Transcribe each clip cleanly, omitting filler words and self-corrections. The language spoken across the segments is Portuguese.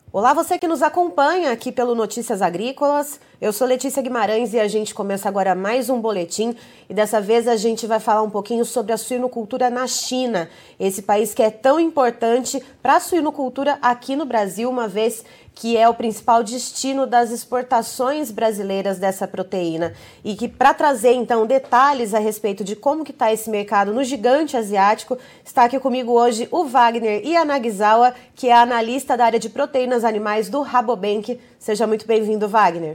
Olá, você que nos acompanha aqui pelo Notícias Agrícolas. Eu sou Letícia Guimarães e a gente começa agora mais um boletim. E dessa vez a gente vai falar um pouquinho sobre a suinocultura na China. Esse país que é tão importante para a suinocultura aqui no Brasil, uma vez que é o principal destino das exportações brasileiras dessa proteína. E que para trazer, então, detalhes a respeito de como que está esse mercado no gigante asiático, está aqui comigo hoje o Wagner Yanagisawa, que é analista da área de proteínas animais do Rabobank. Seja muito bem-vindo, Wagner.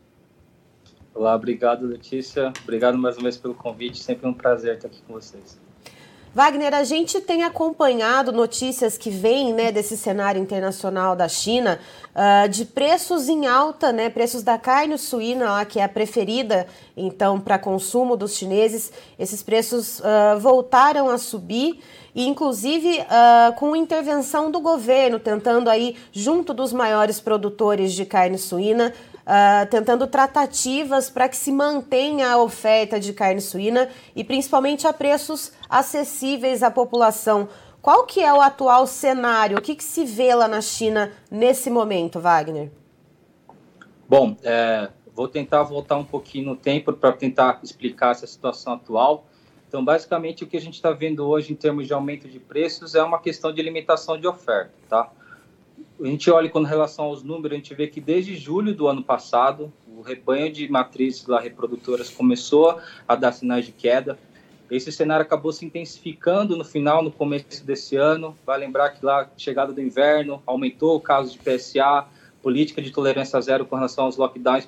Olá, obrigado, Letícia. Obrigado mais uma vez pelo convite. Sempre um prazer estar aqui com vocês. Wagner, a gente tem acompanhado notícias que vêm, desse cenário internacional da China, de preços em alta, preços da carne suína, lá, que é a preferida, então, para consumo dos chineses. Esses preços voltaram a subir e, inclusive, com intervenção do governo, tentando aí, junto dos maiores produtores de carne suína, tentando tratativas para que se mantenha a oferta de carne suína e principalmente a preços acessíveis à população. Qual que é o atual cenário? O que se vê lá na China nesse momento, Wagner? Bom, vou tentar voltar um pouquinho no tempo para tentar explicar essa situação atual. Então, basicamente, o que a gente está vendo hoje em termos de aumento de preços é uma questão de limitação de oferta, tá? A gente olha com relação aos números, a gente vê que desde julho do ano passado, o rebanho de matrizes lá reprodutoras começou a dar sinais de queda. Esse cenário acabou se intensificando no começo desse ano. Vai lembrar que lá, chegada do inverno, aumentou o caso de PSA, política de tolerância zero com relação aos lockdown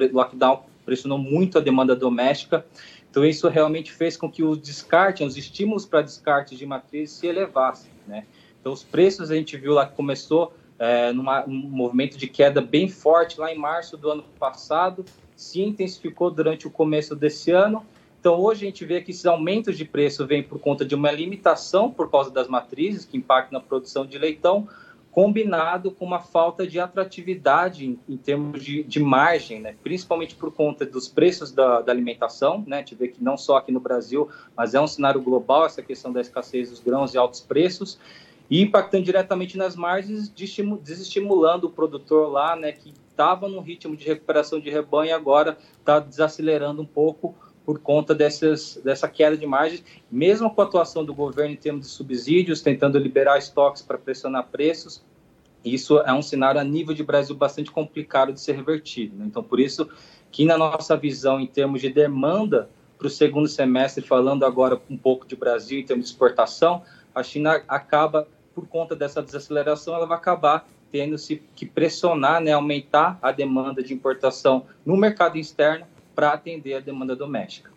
pressionou muito a demanda doméstica. Então, isso realmente fez com que os estímulos para descarte de matrizes se elevassem, né? Então, os preços a gente viu lá que começou num movimento de queda bem forte lá em março do ano passado, se intensificou durante o começo desse ano. Então, hoje a gente vê que esses aumentos de preço vêm por conta de uma limitação por causa das matrizes, que impactam na produção de leitão, combinado com uma falta de atratividade em termos de margem, né? Principalmente por conta dos preços da alimentação, né? A gente vê que não só aqui no Brasil, mas é um cenário global essa questão da escassez dos grãos e altos preços, e impactando diretamente nas margens, desestimulando o produtor lá, né, que estava num ritmo de recuperação de rebanho e agora está desacelerando um pouco por conta dessa queda de margens, mesmo com a atuação do governo em termos de subsídios, tentando liberar estoques para pressionar preços. Isso é um cenário a nível de Brasil bastante complicado de ser revertido, né? Então, por isso que na nossa visão, em termos de demanda para o segundo semestre, falando agora um pouco de Brasil em termos de exportação, a China acaba, por conta dessa desaceleração, ela vai acabar tendo que pressionar, né, aumentar a demanda de importação no mercado externo para atender a demanda doméstica.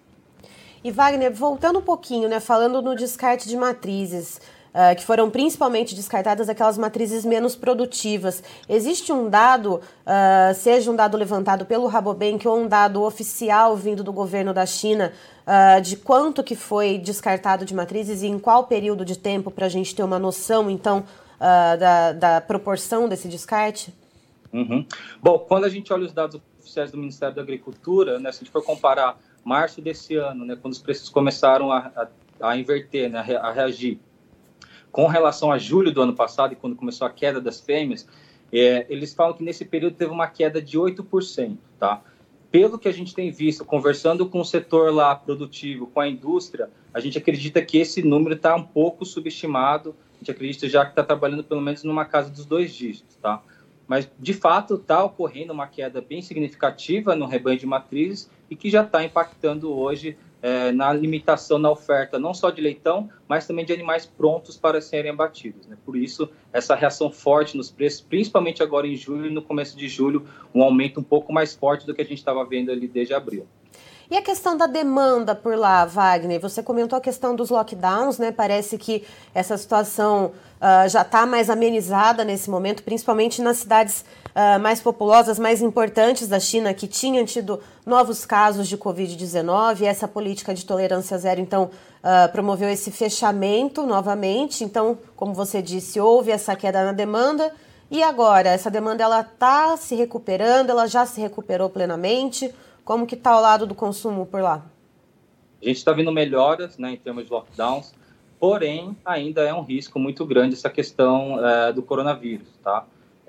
E Wagner, voltando um pouquinho, falando no descarte de matrizes, que foram principalmente descartadas aquelas matrizes menos produtivas. Existe um dado, seja um dado levantado pelo Rabobank ou um dado oficial vindo do governo da China, de quanto que foi descartado de matrizes e em qual período de tempo, para a gente ter uma noção, então, da proporção desse descarte? Uhum. Bom, quando a gente olha os dados oficiais do Ministério da Agricultura, né, se a gente for comparar março desse ano, né, quando os preços começaram a inverter, né, a reagir, com relação a julho do ano passado, e quando começou a queda das fêmeas, eles falam que nesse período teve uma queda de 8%, tá? Pelo que a gente tem visto, conversando com o setor lá produtivo, com a indústria, a gente acredita que esse número está um pouco subestimado, a gente acredita já que está trabalhando pelo menos numa casa dos 2 dígitos, tá? Mas, de fato, está ocorrendo uma queda bem significativa no rebanho de matrizes e que já está impactando hoje na limitação na oferta, não só de leitão, mas também de animais prontos para serem abatidos, né? Por isso, essa reação forte nos preços, principalmente agora em julho e no começo de julho, um aumento um pouco mais forte do que a gente estava vendo ali desde abril. E a questão da demanda por lá, Wagner? Você comentou a questão dos lockdowns, né? Parece que essa situação já está mais amenizada nesse momento, principalmente nas cidades mais populosas, mais importantes da China, que tinham tido novos casos de Covid-19. Essa política de tolerância zero, então, promoveu esse fechamento novamente. Então, como você disse, houve essa queda na demanda. E agora, essa demanda ela está se recuperando, ela já se recuperou plenamente? Como que está o lado do consumo por lá? A gente está vendo melhoras, né, em termos de lockdowns, porém, ainda é um risco muito grande essa questão do coronavírus, tá?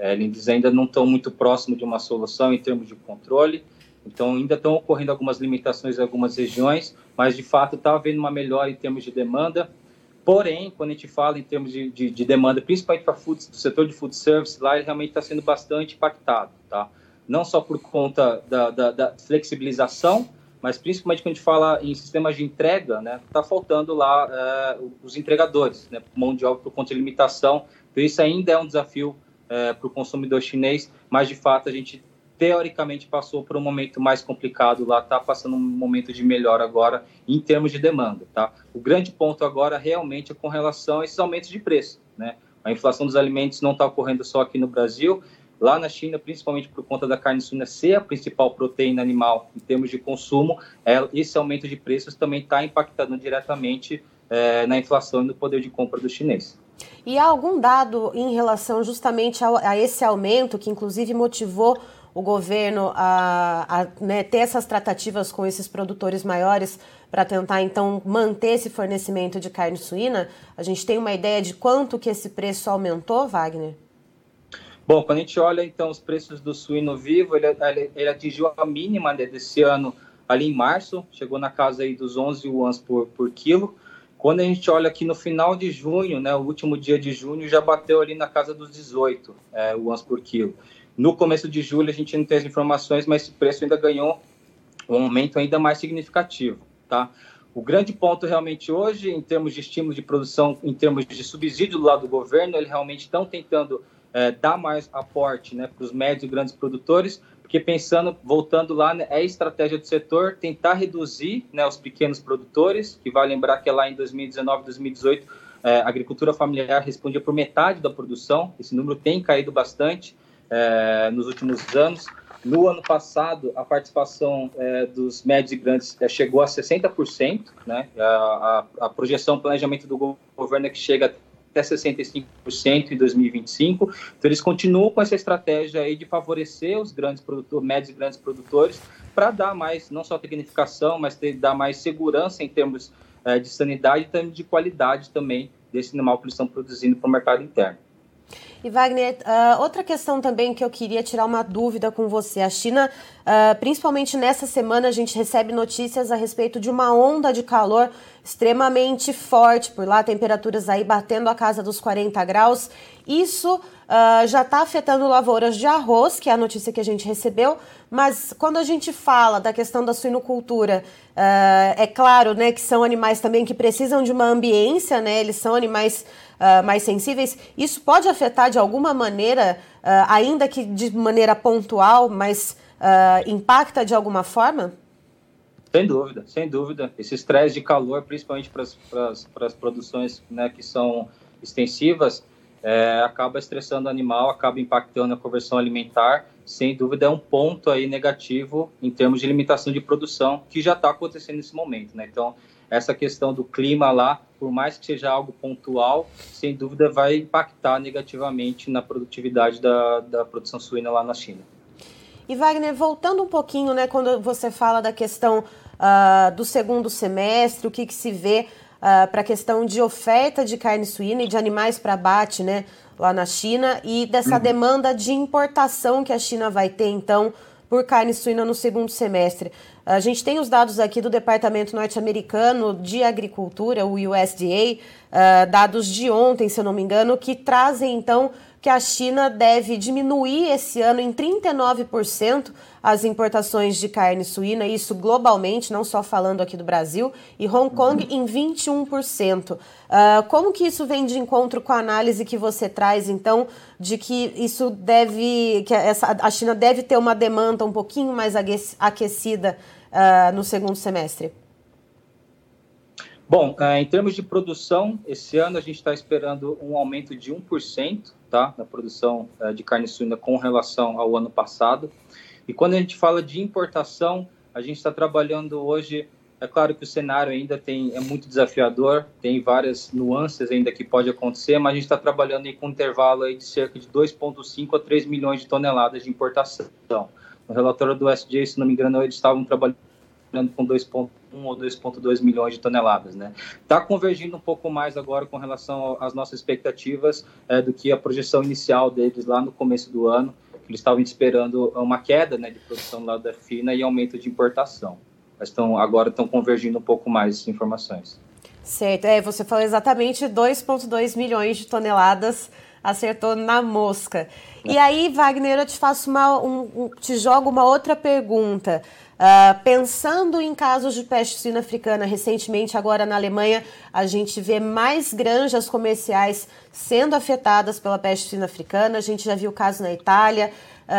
Eles ainda não estão muito próximos de uma solução em termos de controle, então ainda estão ocorrendo algumas limitações em algumas regiões, mas de fato está havendo uma melhora em termos de demanda. Porém, quando a gente fala em termos de demanda, principalmente para o setor de food service, lá ele realmente está sendo bastante impactado, tá? Não só por conta da flexibilização, mas principalmente quando a gente fala em sistemas de entrega, né, está faltando lá os entregadores, né, mão de obra por conta de limitação. Então isso ainda é um desafio para o consumidor chinês, mas de fato a gente teoricamente passou por um momento mais complicado lá, está passando um momento de melhora agora em termos de demanda, tá? O grande ponto agora realmente é com relação a esses aumentos de preço, né? A inflação dos alimentos não está ocorrendo só aqui no Brasil, lá na China, principalmente por conta da carne suína ser a principal proteína animal em termos de consumo, esse aumento de preços também está impactando diretamente na inflação e no poder de compra do chinês. E há algum dado em relação justamente a esse aumento, que inclusive motivou o governo a ter essas tratativas com esses produtores maiores para tentar, então, manter esse fornecimento de carne suína? A gente tem uma ideia de quanto que esse preço aumentou, Wagner? Bom, quando a gente olha, então, os preços do suíno vivo, ele atingiu a mínima desse ano ali em março, chegou na casa aí dos 11 yuans por quilo. Quando a gente olha aqui no final de junho, né, o último dia de junho, já bateu ali na casa dos 18 yuans por quilo. No começo de julho, a gente não tem as informações, mas esse preço ainda ganhou um aumento ainda mais significativo, tá? O grande ponto realmente hoje, em termos de estímulo de produção, em termos de subsídio do lado do governo, eles realmente estão tentando dar mais aporte, né, para os médios e grandes produtores, porque voltando lá, né, é a estratégia do setor tentar reduzir, né, os pequenos produtores, que vai lembrar que lá em 2019, 2018, a agricultura familiar respondia por metade da produção, esse número tem caído bastante nos últimos anos. No ano passado, a participação dos médios e grandes chegou a 60%, né, a projeção, o planejamento do governo é que chega até 65% em 2025. Então, eles continuam com essa estratégia aí de favorecer os grandes produtores, médios e grandes produtores, para dar mais, não só tecnificação, mas dar mais segurança em termos de sanidade e também de qualidade também desse animal que eles estão produzindo para o mercado interno. E Wagner, outra questão também que eu queria tirar uma dúvida com você. A China, principalmente nessa semana, a gente recebe notícias a respeito de uma onda de calor extremamente forte por lá, temperaturas aí batendo a casa dos 40 graus. Isso já está afetando lavouras de arroz, que é a notícia que a gente recebeu, mas quando a gente fala da questão da suinocultura, é claro, né, que são animais também que precisam de uma ambiência, né, eles são animais mais sensíveis. Isso pode afetar de alguma maneira, ainda que de maneira pontual, mas impacta de alguma forma? Sem dúvida, sem dúvida. Esse estresse de calor, principalmente para as produções, né, que são extensivas, acaba estressando o animal, acaba impactando a conversão alimentar. Sem dúvida é um ponto aí negativo em termos de limitação de produção, que já está acontecendo nesse momento, né? Então, essa questão do clima lá, por mais que seja algo pontual, sem dúvida vai impactar negativamente na produtividade da produção suína lá na China. E Wagner, voltando um pouquinho, né, quando você fala da questão do segundo semestre, o que se vê para a questão de oferta de carne suína e de animais para abate, né, lá na China, e dessa demanda de importação que a China vai ter, então, por carne suína no segundo semestre. A gente tem os dados aqui do Departamento Norte-Americano de Agricultura, o USDA, dados de ontem, se eu não me engano, que trazem, então, que a China deve diminuir esse ano em 39% as importações de carne suína, isso globalmente, não só falando aqui do Brasil, e Hong Kong em 21%. Como que isso vem de encontro com a análise que você traz, então, de que a China deve ter uma demanda um pouquinho mais aquecida no segundo semestre? Bom, em termos de produção, esse ano a gente está esperando um aumento de 1%, tá, na produção de carne suína com relação ao ano passado. E quando a gente fala de importação, a gente está trabalhando hoje, é claro que o cenário ainda é muito desafiador, tem várias nuances ainda que pode acontecer, mas a gente está trabalhando aí com um intervalo aí de cerca de 2,5 a 3 milhões de toneladas de importação. No relatório do USDA, se não me engano, eles estavam trabalhando com 2,1 ou 2,2 milhões de toneladas, né? Está convergindo um pouco mais agora com relação às nossas expectativas do que a projeção inicial deles lá no começo do ano, que eles estavam esperando uma queda, né, de produção lá da China e aumento de importação. Mas agora estão convergindo um pouco mais essas informações. Certo, você falou exatamente 2,2 milhões de toneladas, acertou na mosca. E aí, Wagner, eu te faço te jogo uma outra pergunta. Pensando em casos de peste suína africana, recentemente agora na Alemanha, a gente vê mais granjas comerciais sendo afetadas pela peste suína africana, a gente já viu o caso na Itália.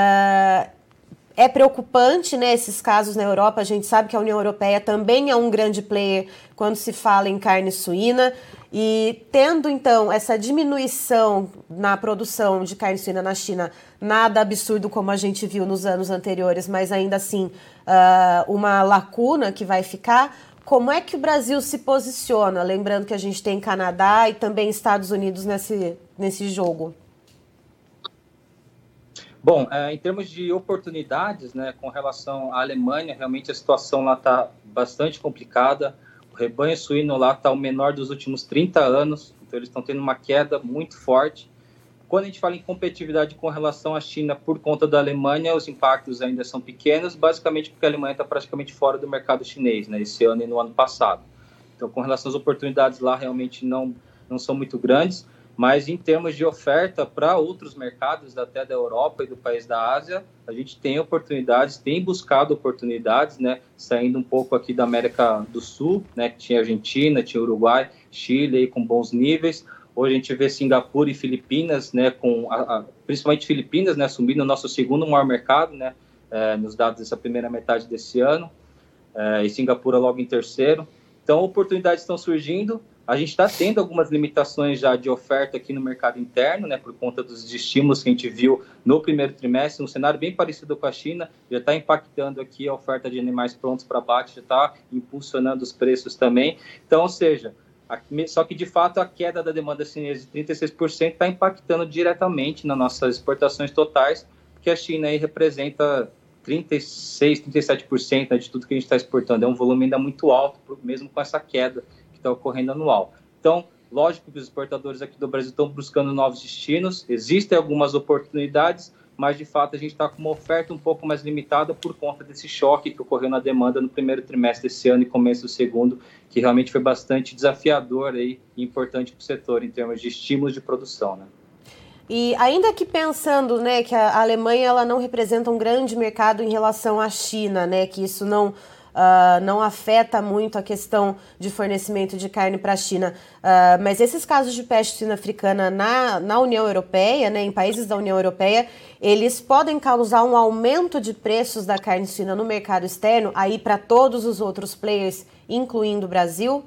É preocupante, né, esses casos na Europa. A gente sabe que a União Europeia também é um grande player quando se fala em carne suína. E tendo, então, essa diminuição na produção de carne suína na China, nada absurdo como a gente viu nos anos anteriores, mas ainda assim uma lacuna que vai ficar. Como é que o Brasil se posiciona? Lembrando que a gente tem Canadá e também Estados Unidos nesse jogo. Bom, em termos de oportunidades, né, com relação à Alemanha, realmente a situação lá está bastante complicada. O rebanho suíno lá está o menor dos últimos 30 anos, então eles estão tendo uma queda muito forte. Quando a gente fala em competitividade com relação à China por conta da Alemanha, os impactos ainda são pequenos, basicamente porque a Alemanha está praticamente fora do mercado chinês, né, esse ano e no ano passado. Então, com relação às oportunidades lá, realmente não são muito grandes. Mas em termos de oferta para outros mercados, até da Europa e do país da Ásia, a gente tem oportunidades, tem buscado oportunidades, né, saindo um pouco aqui da América do Sul, né, que tinha Argentina, tinha Uruguai, Chile aí com bons níveis. Hoje a gente vê Singapura e Filipinas, né, principalmente Filipinas, né, assumindo o nosso segundo maior mercado, né, nos dados dessa primeira metade desse ano, e Singapura logo em terceiro. Então, oportunidades estão surgindo. A gente está tendo algumas limitações já de oferta aqui no mercado interno, né, por conta dos estímulos que a gente viu no primeiro trimestre, um cenário bem parecido com a China, já está impactando aqui a oferta de animais prontos para abate, já está impulsionando os preços também. Então, ou seja, só que de fato a queda da demanda chinesa de 36% está impactando diretamente nas nossas exportações totais, porque a China aí representa 36%, 37% de tudo que a gente está exportando. É um volume ainda muito alto, mesmo com essa queda está ocorrendo anual. Então, lógico que os exportadores aqui do Brasil estão buscando novos destinos, existem algumas oportunidades, mas de fato a gente está com uma oferta um pouco mais limitada por conta desse choque que ocorreu na demanda no primeiro trimestre desse ano e começo do segundo, que realmente foi bastante desafiador aí, e importante para o setor em termos de estímulos de produção, né? E ainda que pensando, né, que a Alemanha ela não representa um grande mercado em relação à China, né, que isso não afeta muito a questão de fornecimento de carne para a China. Mas esses casos de peste suína africana na União Europeia, né, em países da União Europeia, eles podem causar um aumento de preços da carne suína no mercado externo, aí para todos os outros players, incluindo o Brasil?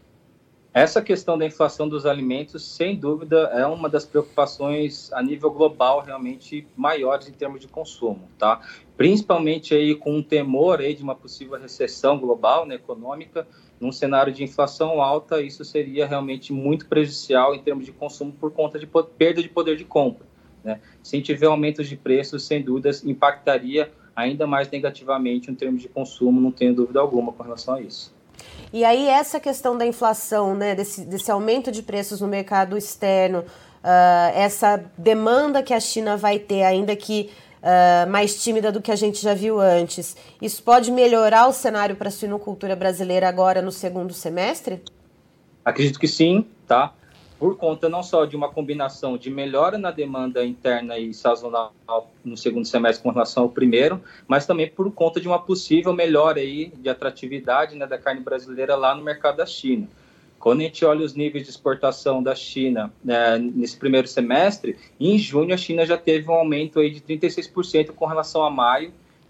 Essa questão da inflação dos alimentos, sem dúvida, é uma das preocupações a nível global realmente maiores em termos de consumo, tá? Principalmente aí com um temor aí de uma possível recessão global, né, econômica, num cenário de inflação alta, isso seria realmente muito prejudicial em termos de consumo por conta de perda de poder de compra, né? Se tiver aumentos de preços, sem dúvidas, impactaria ainda mais negativamente em termos de consumo, não tenho dúvida alguma com relação a isso. E aí essa questão da inflação, né, desse aumento de preços no mercado externo, essa demanda que a China vai ter, ainda que mais tímida do que a gente já viu antes, isso pode melhorar o cenário para a suinocultura brasileira agora no segundo semestre? Acredito que sim, tá? Por conta não só de uma combinação de melhora na demanda interna e sazonal no segundo semestre com relação ao primeiro, mas também por conta de uma possível melhora aí de atratividade, né, da carne brasileira lá no mercado da China. Quando a gente olha os níveis de exportação da China nesse primeiro semestre, em junho a China já teve um aumento aí de 36% com relação a maio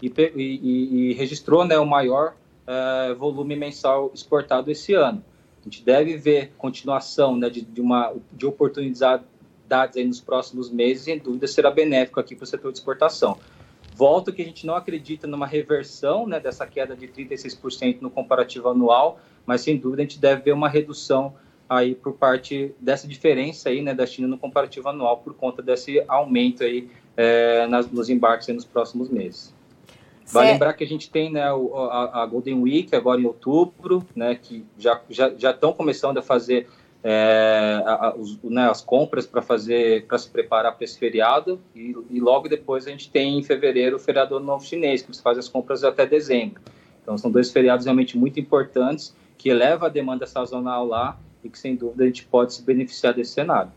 e registrou, né, o maior volume mensal exportado esse ano. A gente deve ver continuação, né, de oportunidades aí nos próximos meses, e sem dúvida será benéfico aqui para o setor de exportação. Volto que a gente não acredita numa reversão, né, dessa queda de 36% no comparativo anual, mas sem dúvida a gente deve ver uma redução aí por parte dessa diferença aí, né, da China no comparativo anual por conta desse aumento aí nos embarques aí nos próximos meses. Vale lembrar que a gente tem, né, a Golden Week agora em outubro, né, que já estão começando a fazer as compras para se preparar para esse feriado, e logo depois a gente tem em fevereiro o feriado Novo Chinês, que se faz as compras até dezembro. Então são 2 feriados realmente muito importantes que elevam a demanda sazonal lá e que sem dúvida a gente pode se beneficiar desse cenário.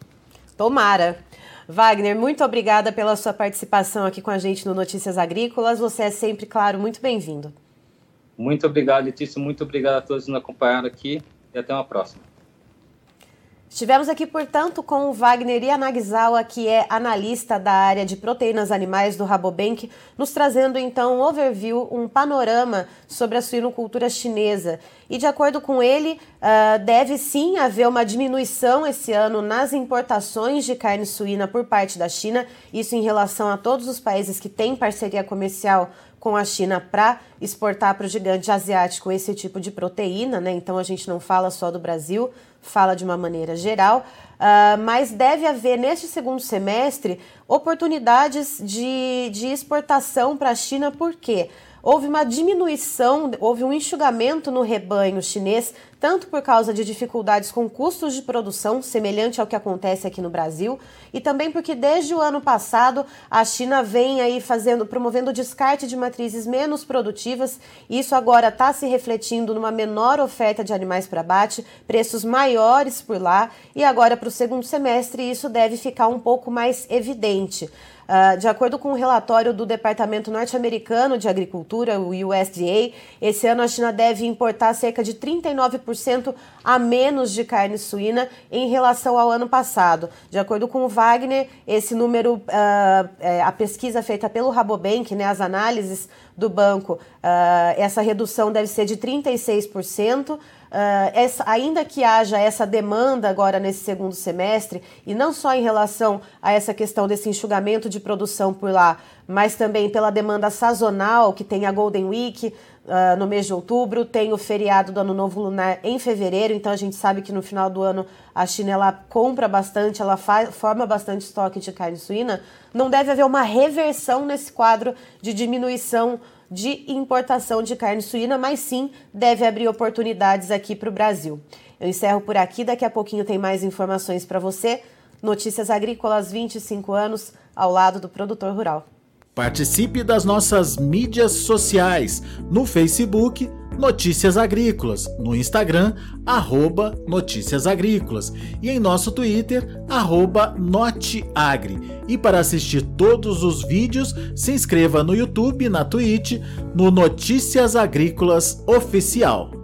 Tomara. Wagner, muito obrigada pela sua participação aqui com a gente no Notícias Agrícolas. Você é sempre, claro, muito bem-vindo. Muito obrigado, Letícia. Muito obrigado a todos que nos acompanharam aqui e até uma próxima. Estivemos aqui, portanto, com o Wagner Yanagisawa, que é analista da área de proteínas animais do Rabobank, nos trazendo, então, um overview, um panorama sobre a suinocultura chinesa. E, de acordo com ele, deve sim haver uma diminuição esse ano nas importações de carne suína por parte da China, isso em relação a todos os países que têm parceria comercial com a China para exportar para o gigante asiático esse tipo de proteína, né? Então a gente não fala só do Brasil, fala de uma maneira geral, mas deve haver neste segundo semestre oportunidades de exportação para a China, por quê? Houve uma diminuição, houve um enxugamento no rebanho chinês, tanto por causa de dificuldades com custos de produção, semelhante ao que acontece aqui no Brasil, e também porque desde o ano passado a China vem aí promovendo o descarte de matrizes menos produtivas, e isso agora está se refletindo numa menor oferta de animais para abate, preços maiores por lá, e agora para o segundo semestre isso deve ficar um pouco mais evidente. De acordo com um relatório do Departamento Norte-Americano de Agricultura, o USDA, esse ano a China deve importar cerca de 39% a menos de carne suína em relação ao ano passado. De acordo com o Wagner, esse número, a pesquisa feita pelo Rabobank, né, as análises do banco, essa redução deve ser de 36%. Ainda que haja essa demanda agora nesse segundo semestre, e não só em relação a essa questão desse enxugamento de produção por lá, mas também pela demanda sazonal, que tem a Golden Week no mês de outubro, tem o feriado do Ano Novo Lunar em fevereiro, então a gente sabe que no final do ano a China ela compra bastante, ela forma bastante estoque de carne suína, não deve haver uma reversão nesse quadro de diminuição de importação de carne suína, mas sim deve abrir oportunidades aqui para o Brasil. Eu encerro por aqui, daqui a pouquinho tem mais informações para você. Notícias Agrícolas, 25 anos ao lado do produtor rural. Participe das nossas mídias sociais, no Facebook, Notícias Agrícolas, no Instagram, @Notícias Agrícolas e em nosso Twitter, @Noteagri. E para assistir todos os vídeos, se inscreva no YouTube, na Twitch, no Notícias Agrícolas Oficial.